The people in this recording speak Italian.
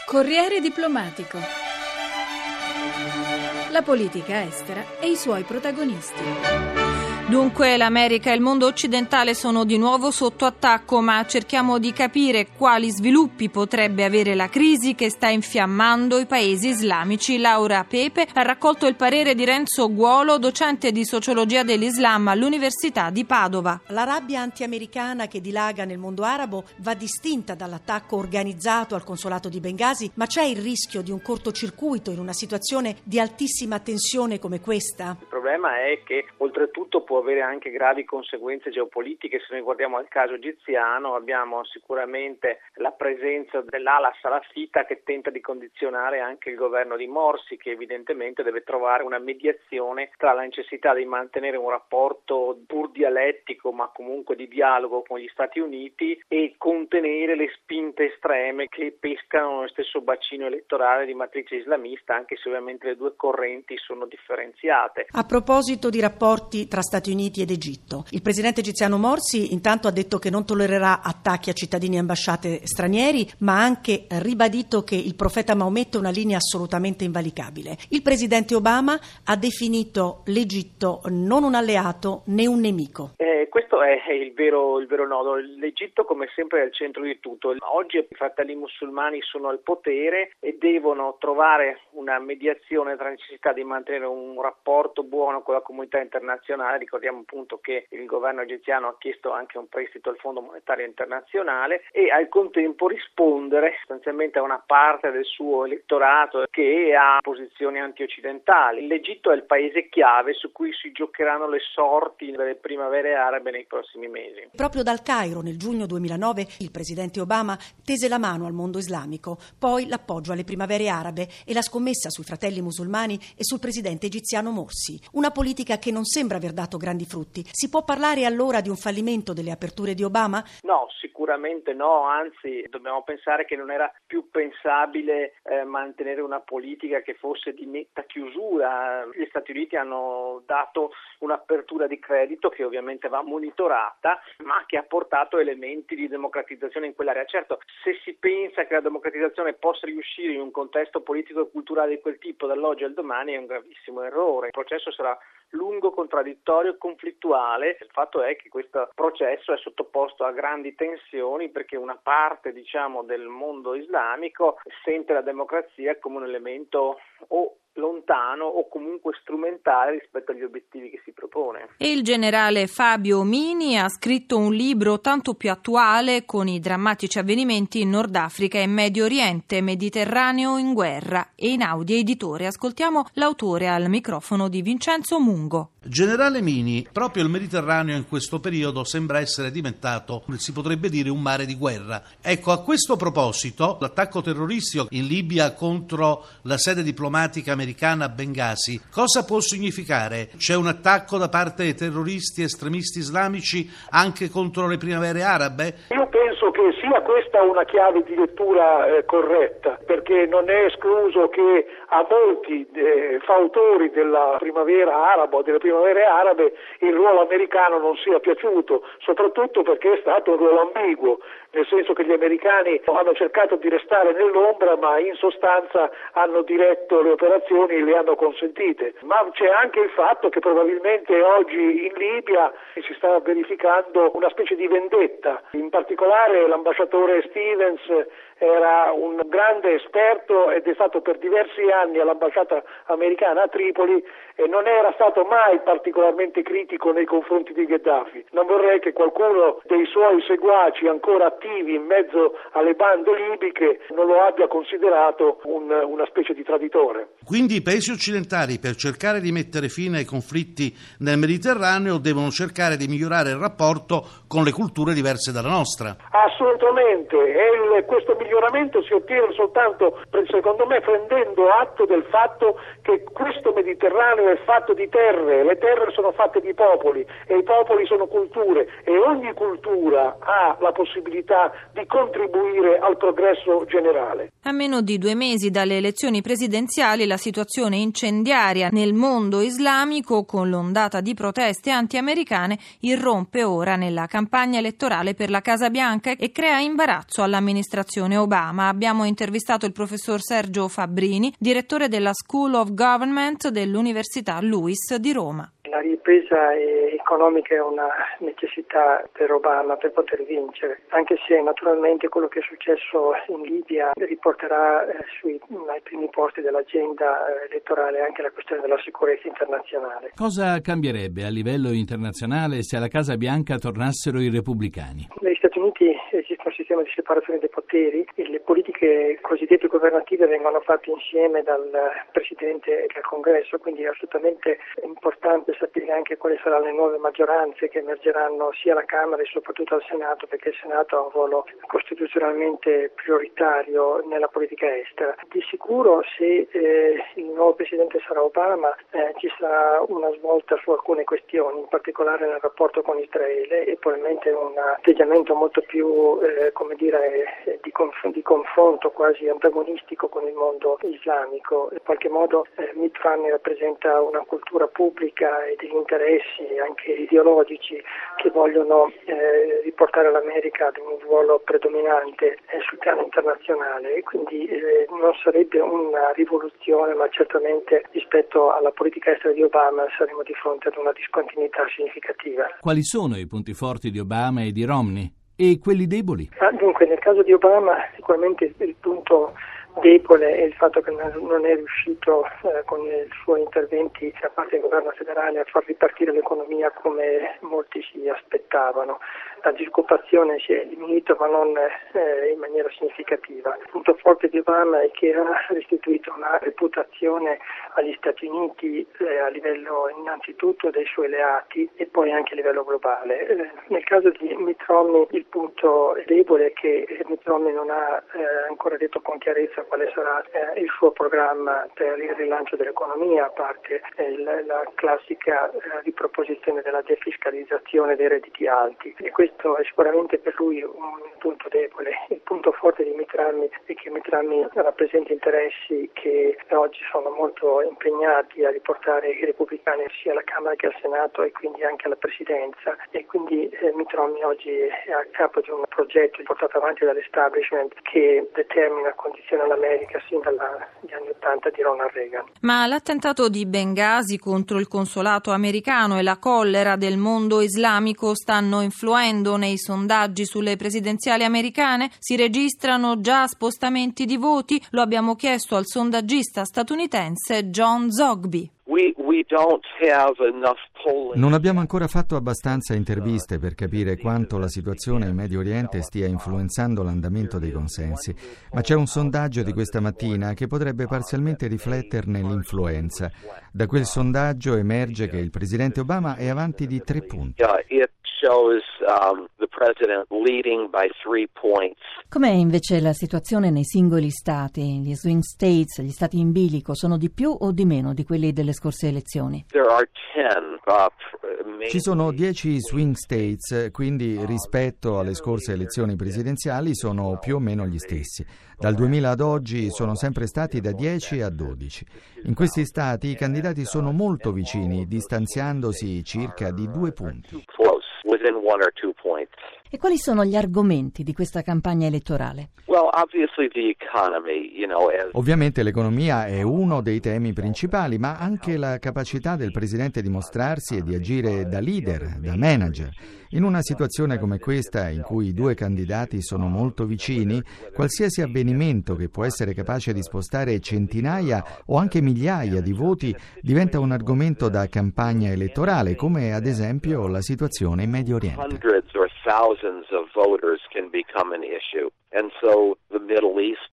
Corriere diplomatico. La politica estera e i suoi protagonisti. Dunque l'America e il mondo occidentale sono di nuovo sotto attacco, ma cerchiamo di capire quali sviluppi potrebbe avere la crisi che sta infiammando i paesi islamici. Laura Pepe ha raccolto il parere di Renzo Guolo, docente di sociologia dell'Islam all'Università di Padova. La rabbia anti-americana che dilaga nel mondo arabo va distinta dall'attacco organizzato al consolato di Bengasi, ma c'è il rischio di un cortocircuito in una situazione di altissima tensione come questa? Il problema è che oltretutto può avere anche gravi conseguenze geopolitiche. Se noi guardiamo al caso egiziano, abbiamo sicuramente la presenza dell'ala salafita che tenta di condizionare anche il governo di Morsi, che evidentemente deve trovare una mediazione tra la necessità di mantenere un rapporto pur dialettico ma comunque di dialogo con gli Stati Uniti e contenere le spinte estreme che pescano nello stesso bacino elettorale di matrice islamista, anche se ovviamente le due correnti sono differenziate. A proposito di rapporti tra Stati Uniti ed Egitto, il presidente egiziano Morsi intanto ha detto che non tollererà attacchi a cittadini e ambasciate stranieri, ma ha anche ribadito che il profeta Maometto è una linea assolutamente invalicabile. Il presidente Obama ha definito l'Egitto non un alleato né un nemico. Questo è il vero nodo. L'Egitto, come sempre, è al centro di tutto. Oggi i fratelli musulmani sono al potere e devono trovare una mediazione tra la necessità di mantenere un rapporto buono con la comunità internazionale. Ricordiamo appunto che il governo egiziano ha chiesto anche un prestito al Fondo Monetario Internazionale e al contempo rispondere sostanzialmente a una parte del suo elettorato che ha posizioni anti-occidentali. L'Egitto è il paese chiave su cui si giocheranno le sorti delle primavere arabe nei prossimi mesi. Proprio dal Cairo nel giugno 2009 il presidente Obama tese la mano al mondo islamico, poi l'appoggio alle primavere arabe e la scommessa sui fratelli musulmani e sul presidente egiziano Morsi. Una politica che non sembra aver dato grandi frutti. Si può parlare allora di un fallimento delle aperture di Obama? No, sicuramente no, anzi dobbiamo pensare che non era più pensabile mantenere una politica che fosse di netta chiusura. Gli Stati Uniti hanno dato un'apertura di credito che ovviamente va monitorata, ma che ha portato elementi di democratizzazione in quell'area. Certo, se si pensa che la democratizzazione possa riuscire in un contesto politico e culturale di quel tipo dall'oggi al domani è un gravissimo errore. Il processo sarà lungo, contraddittorio e conflittuale. Il fatto è che questo processo è sottoposto a grandi tensioni perché una parte, del mondo islamico sente la democrazia come un elemento o lontano o comunque strumentale rispetto agli obiettivi che si propone. E il generale Fabio Mini ha scritto un libro tanto più attuale con i drammatici avvenimenti in Nord Africa e Medio Oriente, Mediterraneo in guerra, e Einaudi editore. Ascoltiamo l'autore al microfono di Vincenzo Mungo. Generale Mini, proprio il Mediterraneo in questo periodo sembra essere diventato, si potrebbe dire, un mare di guerra. Ecco, a questo proposito, l'attacco terroristico in Libia contro la sede diplomatica americana a Bengasi, cosa può significare? C'è un attacco da parte dei terroristi estremisti islamici anche contro le primavere arabe? Io penso che sia questa una chiave di lettura corretta, perché non è escluso che a molti fautori della primavera araba o delle primavere arabe il ruolo americano non sia piaciuto, soprattutto perché è stato un ruolo ambiguo, nel senso che gli americani hanno cercato di restare nell'ombra, ma in sostanza hanno diretto le operazioni e le hanno consentite. Ma c'è anche il fatto che probabilmente oggi in Libia si sta verificando una specie di vendetta. In particolare l'ambasciatore Stevens era un grande esperto ed è stato per diversi anni all'ambasciata americana a Tripoli e non era stato mai particolarmente critico nei confronti di Gheddafi. Non vorrei che qualcuno dei suoi seguaci ancora attivi in mezzo alle bande libiche non lo abbia considerato una specie di traditore. Quindi i paesi occidentali, per cercare di mettere fine ai conflitti nel Mediterraneo, devono cercare di migliorare il rapporto con le culture diverse dalla nostra. Assolutamente, e questo miglioramento si ottiene soltanto, secondo me, prendendo atto del fatto che questo Mediterraneo è fatto di terre, le le terre sono fatte di popoli e i popoli sono culture e ogni cultura ha la possibilità di contribuire al progresso generale. A meno di 2 mesi dalle elezioni presidenziali, la situazione incendiaria nel mondo islamico, con l'ondata di proteste anti-americane, irrompe ora nella campagna elettorale per la Casa Bianca e crea imbarazzo all'amministrazione Obama. Abbiamo intervistato il professor Sergio Fabbrini, direttore della School of Government dell'Università Luis di Roma. La ripresa economica è una necessità per Obama per poter vincere, anche se naturalmente quello che è successo in Libia riporterà ai primi posti dell'agenda elettorale anche la questione della sicurezza internazionale. Cosa cambierebbe a livello internazionale se alla Casa Bianca tornassero i repubblicani? Negli Stati Uniti esiste un sistema di separazione dei poteri e le politiche cosiddette governative vengono fatte insieme dal Presidente e dal Congresso, quindi è assolutamente importante sapere anche quali saranno le nuove maggioranze che emergeranno sia alla Camera e soprattutto al Senato, perché il Senato ha un ruolo costituzionalmente prioritario nella politica estera. Di sicuro se il nuovo Presidente sarà Obama ci sarà una svolta su alcune questioni, in particolare nel rapporto con Israele e probabilmente un atteggiamento molto più di confronto quasi antagonistico con il mondo islamico. In qualche modo Mitt Romney rappresenta una cultura pubblica e degli interessi anche ideologici che vogliono riportare l'America ad un ruolo predominante sul piano internazionale e quindi non sarebbe una rivoluzione, ma certamente rispetto alla politica estera di Obama saremo di fronte ad una discontinuità significativa. Quali sono i punti forti di Obama e di Romney? E quelli deboli? Dunque, nel caso di Obama sicuramente il punto debole è il fatto che non è riuscito con i suoi interventi da parte del governo federale a far ripartire l'economia come molti si aspettavano. La disoccupazione si è diminuita ma non in maniera significativa. Il punto forte di Obama è che ha restituito una reputazione agli Stati Uniti a livello innanzitutto dei suoi alleati e poi anche a livello globale. Nel caso di Mitt Romney il punto debole è che Mitt Romney non ha ancora detto con chiarezza quale sarà il suo programma per il rilancio dell'economia, a parte la classica riproposizione della defiscalizzazione dei redditi alti. E questo è sicuramente per lui un punto debole. Il punto forte di Mitt Romney è che Mitt Romney rappresenta interessi che oggi sono molto impegnati a riportare i repubblicani sia alla Camera che al Senato e quindi anche alla Presidenza, e quindi Mitt Romney oggi è a capo di un progetto portato avanti dall'establishment che determina condizioni all'America sin dagli anni '80 di Ronald Reagan. Ma l'attentato di Bengasi contro il consolato americano e la collera del mondo islamico stanno influendo nei sondaggi sulle presidenziali americane? Si registrano già spostamenti di voti? Lo abbiamo chiesto al sondaggista statunitense John Zogby. Non abbiamo ancora fatto abbastanza interviste per capire quanto la situazione in Medio Oriente stia influenzando l'andamento dei consensi, ma c'è un sondaggio di questa mattina che potrebbe parzialmente rifletterne l'influenza. Da quel sondaggio emerge che il presidente Obama è avanti di 3 punti. Com'è invece la situazione nei singoli stati? Gli swing states, gli stati in bilico, sono di più o di meno di quelli delle scorse elezioni? Ci sono 10 swing states, quindi rispetto alle scorse elezioni presidenziali sono più o meno gli stessi. Dal 2000 ad oggi sono sempre stati da 10 a 12. In questi stati i candidati sono molto vicini, distanziandosi circa di 2 punti. E quali sono gli argomenti di questa campagna elettorale? Ovviamente l'economia è uno dei temi principali, ma anche la capacità del presidente di mostrarsi e di agire da leader, da manager. In una situazione come questa, in cui i 2 candidati sono molto vicini, qualsiasi avvenimento che può essere capace di spostare centinaia o anche migliaia di voti diventa un argomento da campagna elettorale, come ad esempio la situazione in Medio Oriente. Thousands of voters can become an issue. And so the Middle East